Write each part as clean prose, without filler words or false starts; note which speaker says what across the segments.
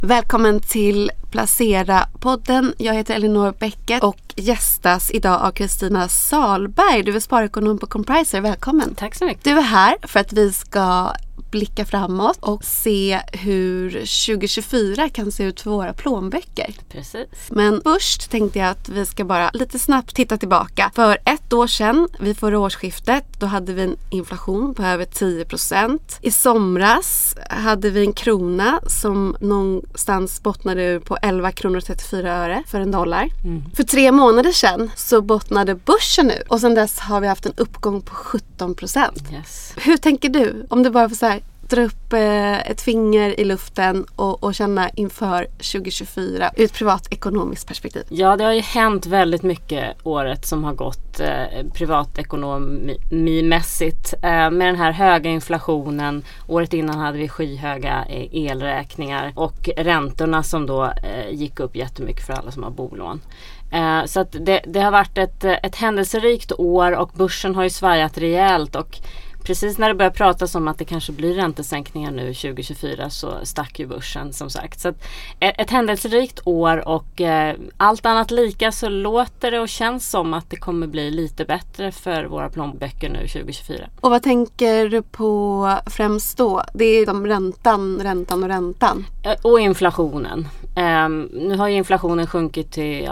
Speaker 1: Välkommen till Placera-podden. Jag heter Elinor Bäcket och gästas idag av Kristina Salberg. Du är sparekonom på Compriser. Välkommen.
Speaker 2: Tack så mycket.
Speaker 1: Du är här för att vi ska blicka framåt och se hur 2024 kan se ut för våra plånböcker.
Speaker 2: Precis.
Speaker 1: Men först tänkte jag att vi ska bara lite snabbt titta tillbaka. För ett år sedan, vid förra årsskiftet, då hade vi en inflation på över 10%. I somras hade vi en krona som någonstans bottnade på 11 kronor och 34 öre för en dollar. För 3 månader sedan så bottnade börsen nu. Och sedan dess har vi haft en uppgång på 17%.
Speaker 2: Yes.
Speaker 1: Hur tänker du? Om du bara får så här, dra upp ett finger i luften och känna inför 2024 ur ett privatekonomiskt perspektiv.
Speaker 2: Ja, det har ju hänt väldigt mycket året som har gått privatekonomimässigt med den här höga inflationen. Året innan hade vi skyhöga elräkningar och räntorna som då gick upp jättemycket för alla som har bolån. Så att det har varit ett händelserikt år och börsen har ju svajat rejält och precis när det börjar pratas om att det kanske blir räntesänkningar nu 2024 så stack ju börsen som sagt. Så att ett händelserikt år och allt annat lika så låter det och känns som att det kommer bli lite bättre för våra plånböcker nu 2024.
Speaker 1: Och vad tänker du på främst då? Det är de räntan.
Speaker 2: Och inflationen. Nu har ju inflationen sjunkit till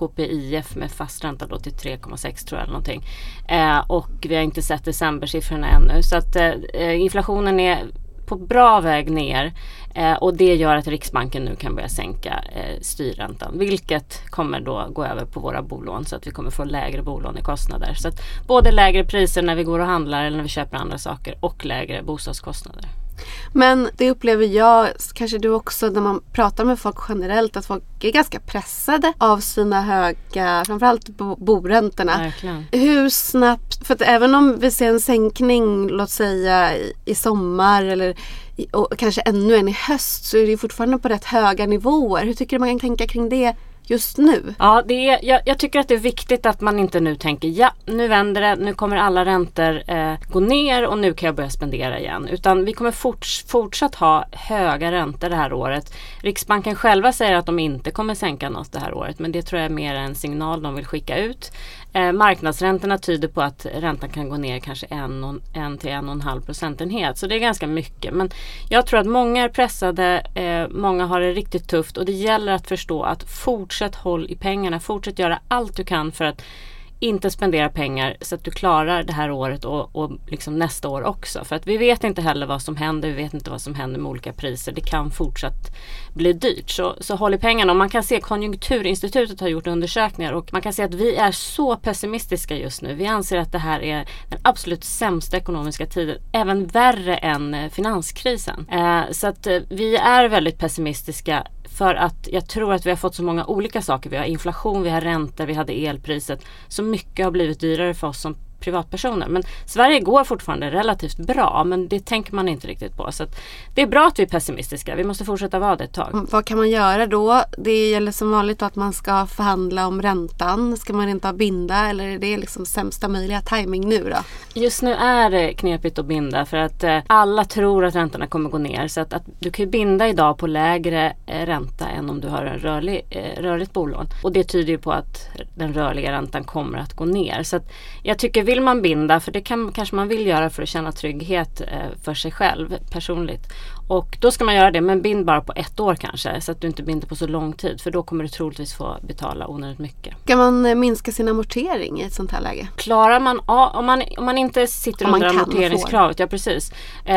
Speaker 2: KPIF med fast ränta då till 3,6 tror jag eller någonting. Och vi har inte sett decembersiffrorna ännu. Så att inflationen är på bra väg ner och det gör att Riksbanken nu kan börja sänka styrräntan. Vilket kommer då gå över på våra bolån så att vi kommer få lägre bolånekostnader. Så att både lägre priser när vi går och handlar eller när vi köper andra saker och lägre bostadskostnader.
Speaker 1: Men det upplever jag, kanske du också, när man pratar med folk generellt, att folk är ganska pressade av sina höga, framförallt boräntorna.
Speaker 2: Verkligen.
Speaker 1: Hur snabbt, för att även om vi ser en sänkning, låt säga i sommar eller och kanske ännu en i höst, så är det fortfarande på rätt höga nivåer. Hur tycker du man kan tänka kring det just nu?
Speaker 2: Ja, jag tycker att det är viktigt att man inte nu tänker nu vänder det, nu kommer alla räntor gå ner och nu kan jag börja spendera igen. Utan vi kommer fortsatt ha höga räntor det här året. Riksbanken själva säger att de inte kommer sänka något det här året, men det tror jag är mer en signal de vill skicka ut. Marknadsräntorna tyder på att räntan kan gå ner kanske 1 till 1,5 procentenhet. Så det är ganska mycket. Men jag tror att många är pressade, många har det riktigt tufft och det gäller att förstå att fortsätt håll i pengarna. Fortsätt göra allt du kan för att inte spendera pengar så att du klarar det här året och liksom nästa år också. För att vi vet inte heller vad som händer, vi vet inte vad som händer med olika priser. Det kan fortsatt bli dyrt. Så håll i pengarna. Och man kan se Konjunkturinstitutet har gjort undersökningar och man kan se att vi är så pessimistiska just nu. Vi anser att det här är den absolut sämsta ekonomiska tiden, även värre än finanskrisen. Så att vi är väldigt pessimistiska. För att jag tror att vi har fått så många olika saker. Vi har inflation, vi har räntor, vi hade elpriset. Så mycket har blivit dyrare för oss som privatpersoner. Men Sverige går fortfarande relativt bra, men det tänker man inte riktigt på. Så att det är bra att vi är pessimistiska. Vi måste fortsätta vara det ett tag.
Speaker 1: Vad kan man göra då? Det gäller som vanligt att man ska förhandla om räntan. Ska man inte binda eller är det liksom sämsta möjliga timing nu då?
Speaker 2: Just nu är det knepigt att binda för att alla tror att räntorna kommer gå ner. Så att du kan ju binda idag på lägre ränta än om du har en rörligt bolån. Och det tyder ju på att den rörliga räntan kommer att gå ner. Så att jag tycker vill man binda, för det kanske man vill göra för att känna trygghet för sig själv personligt. Och då ska man göra det, men bind bara på 1 år kanske, så att du inte binder på så lång tid, för då kommer du troligtvis få betala onödigt mycket.
Speaker 1: Kan man minska sin amortering i ett sånt här läge?
Speaker 2: Klarar man, om man inte sitter under amorteringskravet, ja precis,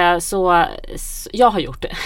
Speaker 2: så jag har gjort det.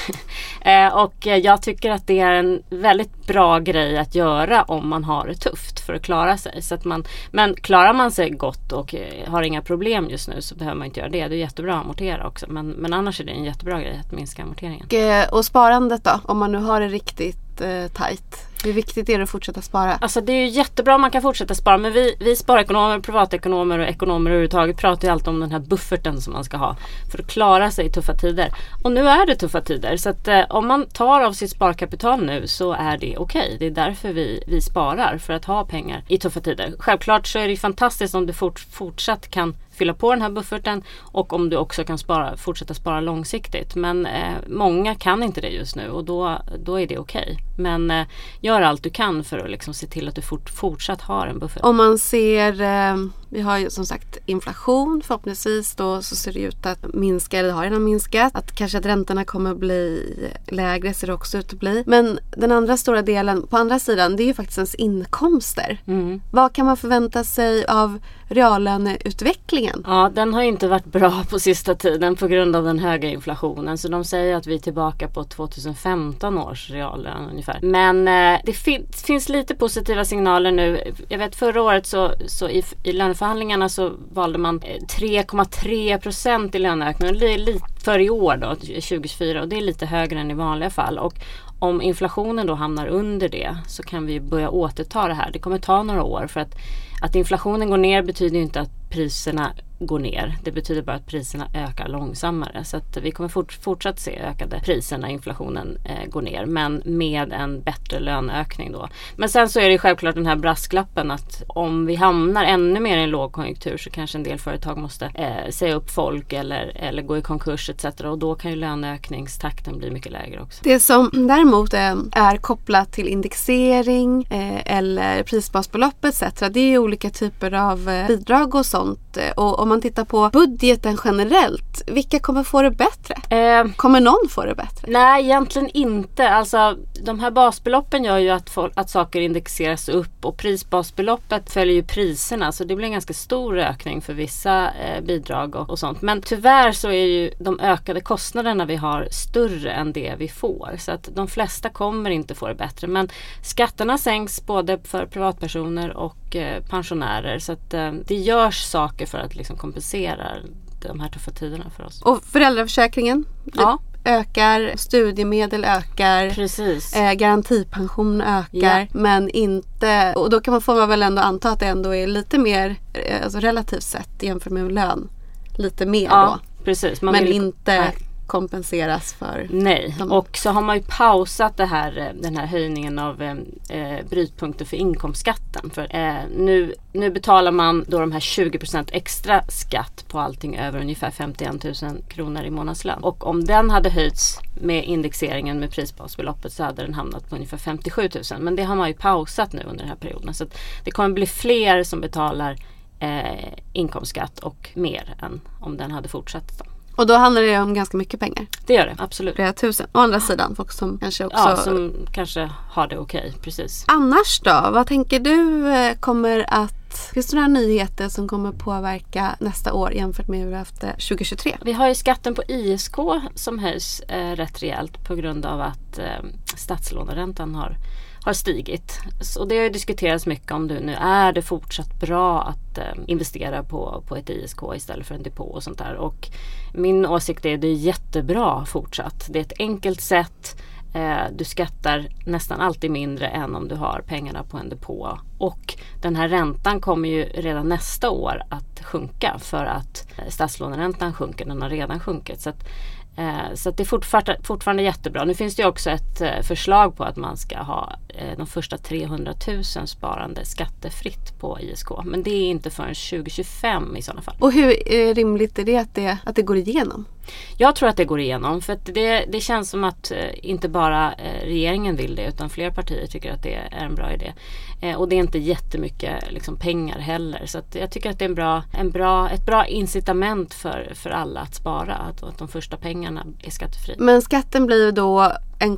Speaker 2: Och jag tycker att det är en väldigt bra grej att göra om man har det tufft för att klara sig. Så att men klarar man sig gott och har inga problem just nu så behöver man inte göra det. Det är jättebra att amortera också, men annars är det en jättebra grej att minska amorteringen.
Speaker 1: Och sparandet då? Om man nu har det riktigt tajt. Hur viktigt är det att fortsätta spara?
Speaker 2: Alltså det är ju jättebra om man kan fortsätta spara, men vi sparekonomer, privatekonomer och ekonomer överhuvudtaget pratar ju alltid om den här bufferten som man ska ha för att klara sig i tuffa tider. Och nu är det tuffa tider, så att om man tar av sitt sparkapital nu så är det okej. Det är därför vi sparar, för att ha pengar i tuffa tider. Självklart så är det fantastiskt om du fortsatt kan fylla på den här bufferten och om du också kan fortsätta spara långsiktigt. Men många kan inte det just nu och då är det okej. Men gör allt du kan för att liksom se till att du fortsatt har en buffert.
Speaker 1: Om man ser, vi har ju som sagt inflation, förhoppningsvis då så ser det ut att minska, eller det har redan minskat. Att kanske att räntorna kommer bli lägre ser det också ut att bli. Men den andra stora delen på andra sidan, det är ju faktiskt ens inkomster. Vad kan man förvänta sig av reallöneutvecklingen?
Speaker 2: Ja, den har ju inte varit bra på sista tiden på grund av den höga inflationen. Så de säger att vi är tillbaka på 2015 års reallön ungefär. Men det finns lite positiva signaler nu. Jag vet förra året så i löneförhandlingarna så valde man 3,3% i löneökning. Det är lite för i år då, 2024, och det är lite högre än i vanliga fall. Och om inflationen då hamnar under det så kan vi börja återta det här. Det kommer ta några år för att inflationen går ner betyder ju inte att priserna går ner. Det betyder bara att priserna ökar långsammare. Så att vi kommer fortsatt se ökade priser när inflationen går ner. Men med en bättre löneökning då. Men sen så är det självklart den här brasklappen att om vi hamnar ännu mer i en lågkonjunktur så kanske en del företag måste säga upp folk eller gå i konkurs etc. Och då kan ju löneökningstakten bli mycket lägre också.
Speaker 1: Det som däremot är kopplat till indexering eller prisbasbelopp etc. Det är ju olika typer av bidrag och sånt. Och om man tittar på budgeten generellt, vilka kommer få det bättre? Kommer någon få det bättre?
Speaker 2: Nej, egentligen inte. Alltså, de här basbeloppen gör ju att saker indexeras upp och prisbasbeloppet följer ju priserna. Så det blir en ganska stor ökning för vissa bidrag och sånt. Men tyvärr så är ju de ökade kostnaderna vi har större än det vi får. Så att de flesta kommer inte få det bättre. Men skatterna sänks både för privatpersoner och pensionärer. Så att det görs saker för att liksom kompensera de här tuffa tiderna för oss. Och
Speaker 1: föräldraförsäkringen ökar, studiemedel ökar,
Speaker 2: precis.
Speaker 1: Garantipension ökar, men inte, och då kan man väl ändå anta att det ändå är lite mer, alltså relativt sett jämfört med lön, lite mer då.
Speaker 2: Precis.
Speaker 1: Men vill inte kompenseras för.
Speaker 2: Nej, och så har man ju pausat den här höjningen av brytpunkter för inkomstskatten. För nu betalar man då de här 20% extra skatt på allting över ungefär 51 000 kronor i månadslön. Och om den hade höjts med indexeringen med prisbasbeloppet så hade den hamnat på ungefär 57 000. Men det har man ju pausat nu under den här perioden. Så att det kommer bli fler som betalar inkomstskatt och mer än om den hade fortsatt då.
Speaker 1: Och då handlar det om ganska mycket pengar.
Speaker 2: Det gör det, absolut.
Speaker 1: Flera tusen. Å andra sidan, folk som kanske också...
Speaker 2: Ja, som kanske har det okej, precis.
Speaker 1: Annars då? Vad tänker du kommer att... Finns det några nyheter som kommer påverka nästa år jämfört med hur det efter 2023?
Speaker 2: Vi har ju skatten på ISK som höjs rätt rejält på grund av att statslåneräntan har stigit. Och det har ju diskuterats mycket om nu är det fortsatt bra att investera på ett ISK istället för en depå och sånt där. Och min åsikt är att det är jättebra fortsatt. Det är ett enkelt sätt. Du skattar nästan alltid mindre än om du har pengarna på en depå. Och den här räntan kommer ju redan nästa år att sjunka för att statslåneräntan sjunker. Den har redan sjunkit. Så att det är fortfarande jättebra. Nu finns det ju också ett förslag på att man ska ha de första 300 000 sparande skattefritt på ISK. Men det är inte förrän 2025 i sådana fall.
Speaker 1: Och hur rimligt är det att det går igenom?
Speaker 2: Jag tror att det går igenom för att det känns som att inte bara regeringen vill det utan fler partier tycker att det är en bra idé. Och det är inte jättemycket liksom, pengar heller. Så att jag tycker att det är ett bra incitament för alla att spara. Att de första pengarna är skattefria.
Speaker 1: Men skatten blir då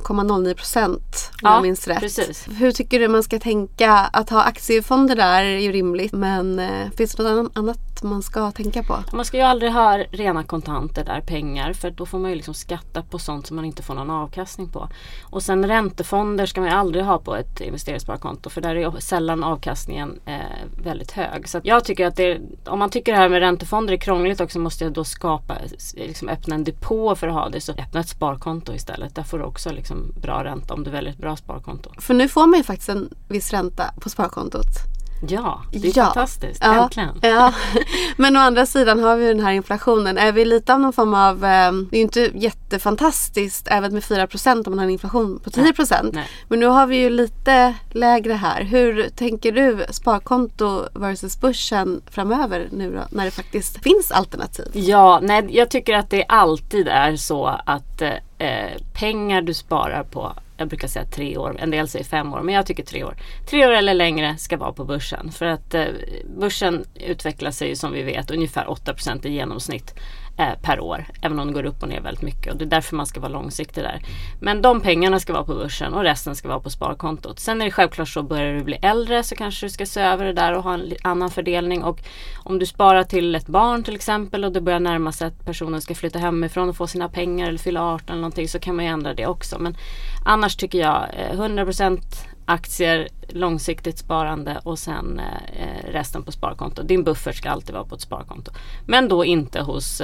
Speaker 1: 1,09% om jag minns rätt.
Speaker 2: Precis.
Speaker 1: Hur tycker du man ska tänka? Att ha aktiefonder där är ju rimligt. Men finns det något annat man ska tänka på?
Speaker 2: Man ska ju aldrig ha rena kontanter där, pengar. För då får man ju liksom skatta på sånt som man inte får någon avkastning på. Och sen räntefonder ska man ju aldrig ha på ett investeringssparkonto. För där är sällan avkastningen väldigt hög. Så att jag tycker att om man tycker det här med räntefonder är krångligt också måste jag då öppna en depå för att ha det. Så öppna ett sparkonto istället. Där får du också liksom bra ränta om du väljer ett bra sparkonto.
Speaker 1: För nu får man ju faktiskt en viss ränta på sparkontot.
Speaker 2: Ja, det är fantastiskt.
Speaker 1: Ja,
Speaker 2: äntligen.
Speaker 1: Ja. Men å andra sidan har vi den här inflationen. Är vi lite av någon form av... det är ju inte jättefantastiskt även med 4% om man har en inflation på 10%.
Speaker 2: Nej.
Speaker 1: Men nu har vi ju lite lägre här. Hur tänker du sparkonto versus börsen framöver nu då, när det faktiskt finns alternativ?
Speaker 2: Ja, nej, jag tycker att det alltid är så att pengar du sparar på, jag brukar säga 3 år, en del säger 5 år, men jag tycker 3 år. 3 år eller längre ska vara på börsen. För att börsen utvecklar sig som vi vet ungefär 8% i genomsnitt per år. Även om det går upp och ner väldigt mycket. Och det är därför man ska vara långsiktig där. Men de pengarna ska vara på börsen och resten ska vara på sparkontot. Sen är det självklart så, börjar du bli äldre så kanske du ska se över det där och ha en annan fördelning. Och om du sparar till ett barn till exempel och det börjar närma sig att personen ska flytta hemifrån och få sina pengar eller fylla 18 eller någonting, så kan man ju ändra det också. Men annars tycker jag 100% aktier, långsiktigt sparande och sen resten på sparkonto. Din buffert ska alltid vara på ett sparkonto. Men då inte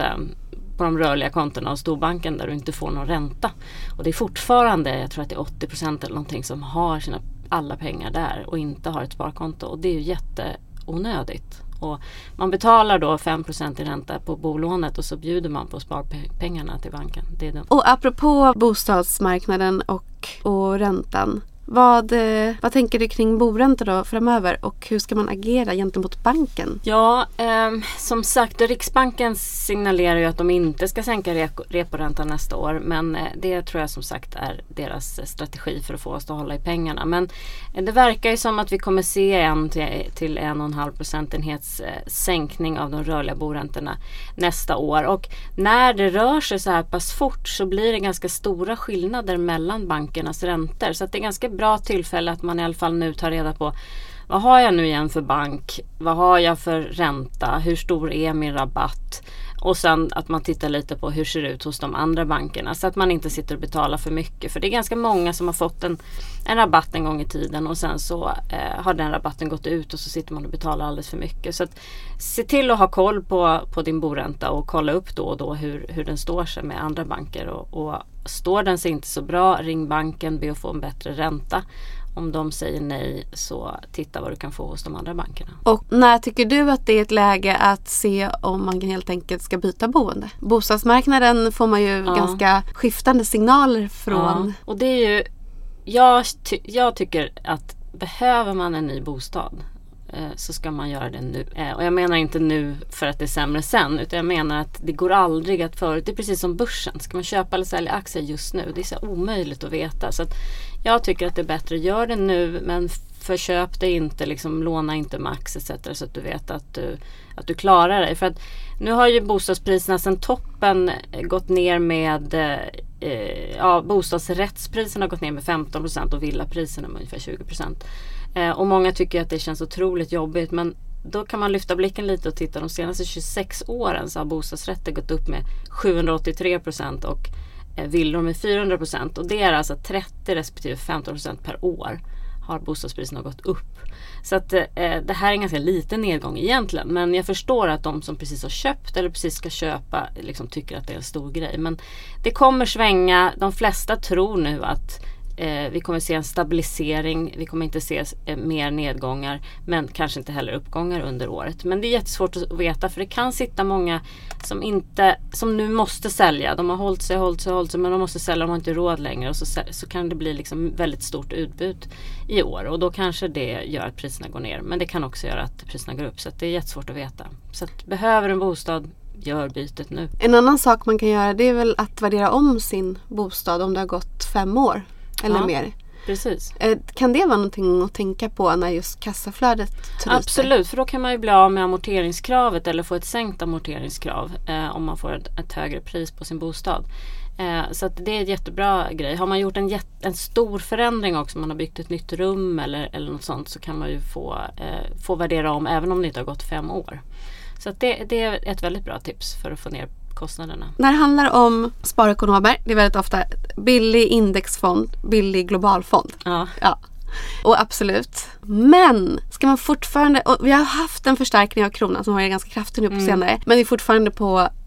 Speaker 2: på de rörliga kontona hos storbanken där du inte får någon ränta. Och det är fortfarande, jag tror att det är 80% eller någonting som har alla pengar där och inte har ett sparkonto. Och det är ju jätteonödigt. Och man betalar då 5% i ränta på bolånet och så bjuder man på sparpengarna till banken. Det är dumt.
Speaker 1: Och apropå bostadsmarknaden och räntan. Vad tänker du kring boräntor då framöver och hur ska man agera gentemot banken?
Speaker 2: Ja, som sagt, Riksbanken signalerar ju att de inte ska sänka reporäntan nästa år, men det tror jag som sagt är deras strategi för att få oss att hålla i pengarna. Men det verkar ju som att vi kommer se 1 till 1,5 procentenhets sänkning av de rörliga boräntorna nästa år. Och när det rör sig så här pass fort så blir det ganska stora skillnader mellan bankernas räntor. Så att det är ganska bra tillfälle att man i alla fall nu tar reda på vad har jag nu igen för bank, vad har jag för ränta, hur stor är min rabatt och sen att man tittar lite på hur ser det ut hos de andra bankerna så att man inte sitter och betalar för mycket, för det är ganska många som har fått en rabatt en gång i tiden och sen så har den rabatten gått ut och så sitter man och betalar alldeles för mycket. Så att se till att ha koll på din boränta och kolla upp då och då hur den står sig med andra banker och står den sig inte så bra, ring banken, be att få en bättre ränta. Om de säger nej så titta vad du kan få hos de andra bankerna. Och
Speaker 1: när tycker du att det är ett läge att se om man helt enkelt ska byta boende? Bostadsmarknaden får man ju ganska skiftande signaler från. Ja. Och det är ju, jag tycker att behöver man en ny bostad så ska man göra det nu. Och jag menar inte nu för att det är sämre sen, utan jag menar att det går aldrig att förut. Det är precis som börsen. Ska man köpa eller sälja aktier just nu? Det är så omöjligt att veta. Så att jag tycker att det är bättre. Gör det nu, men förköp det inte, liksom, låna inte max etc. så att du vet att du klarar dig. För att nu har ju bostadspriserna sedan toppen gått ner med bostadsrättspriserna har gått ner med 15% och villapriserna med ungefär 20%. Och många tycker att det känns otroligt jobbigt, men då kan man lyfta blicken lite och titta. De senaste 26 åren så har bostadsrätter gått upp med 783% och villor med 400%. Och det är alltså 30 respektive 15% per år har bostadspriserna gått upp. Så att det här är en ganska liten nedgång egentligen. Men jag förstår att de som precis har köpt eller precis ska köpa liksom tycker att det är en stor grej. Men det kommer svänga. De flesta tror nu att vi kommer se en stabilisering, vi kommer inte se mer nedgångar, men kanske inte heller uppgångar under året. Men det är jättesvårt att veta, för det kan sitta många som nu måste sälja. De har hållit sig, men de måste sälja, de har inte råd längre, och så kan det bli liksom väldigt stort utbud i år, och då kanske det gör att priserna går ner, men det kan också göra att priserna går upp, så att det är jättesvårt att veta. Så att behöver en bostad, gör bytet nu. En annan sak man kan göra, det är väl att värdera om sin bostad om det har gått 5 år. Eller mer.
Speaker 2: Precis.
Speaker 1: Kan det vara någonting att tänka på när just kassaflödet tryter?
Speaker 2: Absolut, för då kan man ju bli av med amorteringskravet eller få ett sänkt amorteringskrav om man får ett högre pris på sin bostad. Så att det är en jättebra grej. Har man gjort en stor förändring också, man har byggt ett nytt rum eller något sånt, så kan man ju få värdera om även om det inte har gått 5 år. Så att det är ett väldigt bra tips för att få ner kostnaderna.
Speaker 1: När det handlar om sparekonomer, det är väldigt ofta billig indexfond, billig globalfond.
Speaker 2: Ja.
Speaker 1: Och absolut. Men ska man fortfarande, och vi har haft en förstärkning av kronan som har varit ganska kraftig nu på senare, men det är fortfarande på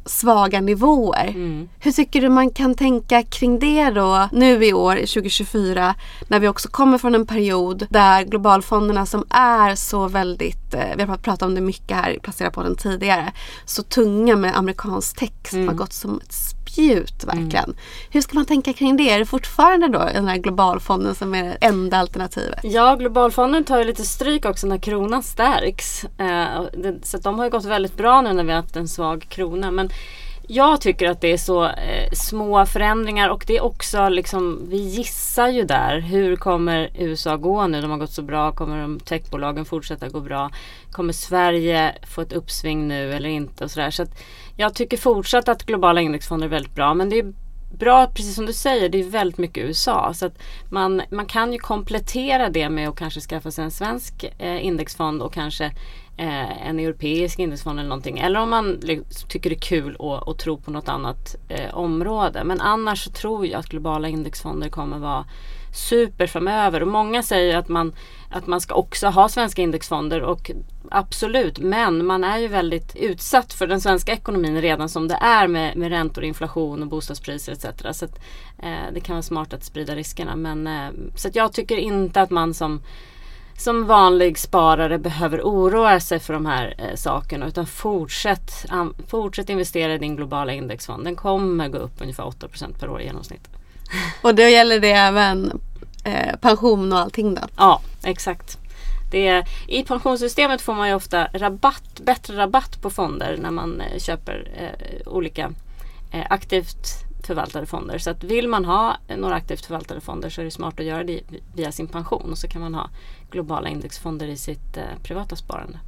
Speaker 1: svaga nivåer. Hur tycker du man kan tänka kring det då nu i år 2024 när vi också kommer från en period där globalfonderna som är så väldigt, vi har pratat om det mycket här, placerat på den tidigare, så tunga med amerikansk text har gått som ett spjut verkligen. Hur ska man tänka kring det? Är det fortfarande då den här globalfonden som är det enda alternativet?
Speaker 2: Ja, globalfonden tar ju lite stryk också när kronan stärks. Så att de har ju gått väldigt bra nu när vi har haft en svag krona. Men jag tycker att det är så små förändringar och det är också liksom, vi gissar ju där, hur kommer USA gå nu? De har gått så bra, kommer de techbolagen fortsätta gå bra? Kommer Sverige få ett uppsving nu eller inte? Och så att jag tycker fortsatt att globala indexfonder är väldigt bra, men det är bra, precis som du säger, det är väldigt mycket USA. Så att man kan ju komplettera det med att kanske skaffa sig en svensk indexfond och kanske en europeisk indexfond eller någonting. Eller om man tycker det är kul att tro på något annat område. Men annars så tror jag att globala indexfonder kommer vara super framöver. Och många säger att man ska också ha svenska indexfonder och absolut, men man är ju väldigt utsatt för den svenska ekonomin redan som det är med räntor, inflation och bostadspriser etc. Så att, det kan vara smart att sprida riskerna. Men, så att jag tycker inte att man som vanlig sparare behöver oroa sig för de här sakerna, utan fortsätt investera i din globala indexfond. Den kommer gå upp ungefär 8% per år i genomsnitt.
Speaker 1: Och då gäller det även pension och allting då?
Speaker 2: Ja, exakt. I pensionssystemet får man ju ofta bättre rabatt på fonder när man köper olika aktivt förvaltade fonder. Så att vill man ha några aktivt förvaltade fonder så är det smart att göra det via sin pension, och så kan man ha globala indexfonder i sitt privata sparande.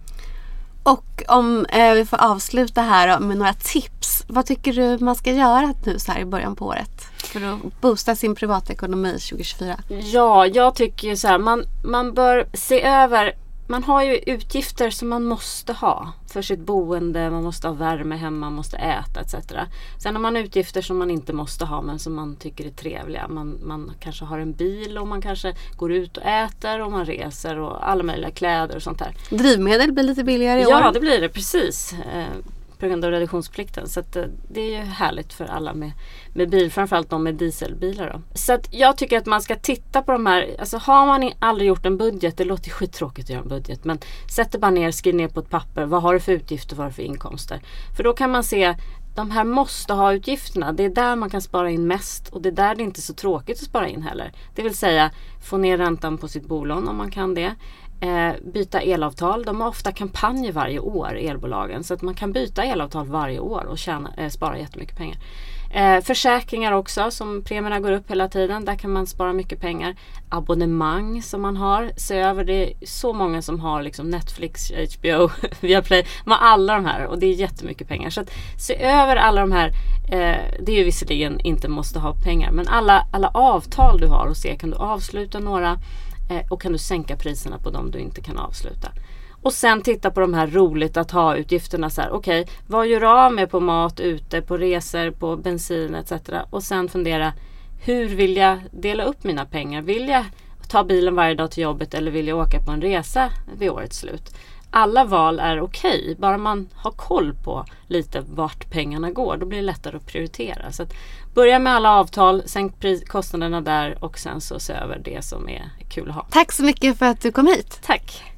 Speaker 1: Och om vi får avsluta här med några tips. Vad tycker du man ska göra nu så här i början på året för att boosta sin privatekonomi 2024?
Speaker 2: Ja, jag tycker så här, man bör se över. Man har ju utgifter som man måste ha för sitt boende, man måste ha värme hemma, man måste äta etc. Sen har man utgifter som man inte måste ha men som man tycker är trevliga. Man kanske har en bil och man kanske går ut och äter och man reser och alla möjliga kläder och sånt där.
Speaker 1: Drivmedel blir lite billigare i år.
Speaker 2: Ja, det blir det, precis. På grund av reduktionsplikten. Så att det är ju härligt för alla med bil, framförallt de med dieselbilar då. Så att jag tycker att man ska titta på de här, alltså har man aldrig gjort en budget, det låter skittråkigt att göra en budget, men sätter bara ner, skriv ner på ett papper, vad har du för utgifter, vad har du för inkomster? För då kan man se, de här måste ha utgifterna, det är där man kan spara in mest och det är där det inte är så tråkigt att spara in heller. Det vill säga, få ner räntan på sitt bolån om man kan det. Byta elavtal. De har ofta kampanjer varje år, elbolagen, så att man kan byta elavtal varje år och spara jättemycket pengar. Försäkringar också, som premierna går upp hela tiden, där kan man spara mycket pengar. Abonnemang som man har, se över, det är så många som har liksom Netflix, HBO, Viaplay, man har alla de här och det är jättemycket pengar. Så att se över alla de här, det är ju visserligen inte måste ha pengar, men alla avtal du har och se, kan du avsluta några och kan du sänka priserna på dem du inte kan avsluta. Och sen titta på de här roligt att ha utgifterna så här, okej, vad gör jag av med på mat ute, på resor, på bensin etc. Och sen fundera, hur vill jag dela upp mina pengar? Vill jag ta bilen varje dag till jobbet eller vill jag åka på en resa vid årets slut? Alla val är okej, bara man har koll på lite vart pengarna går, då blir det lättare att prioritera. Så att börja med alla avtal, sänk kostnaderna där och sen så se över det som är kul att ha.
Speaker 1: Tack så mycket för att du kom hit.
Speaker 2: Tack.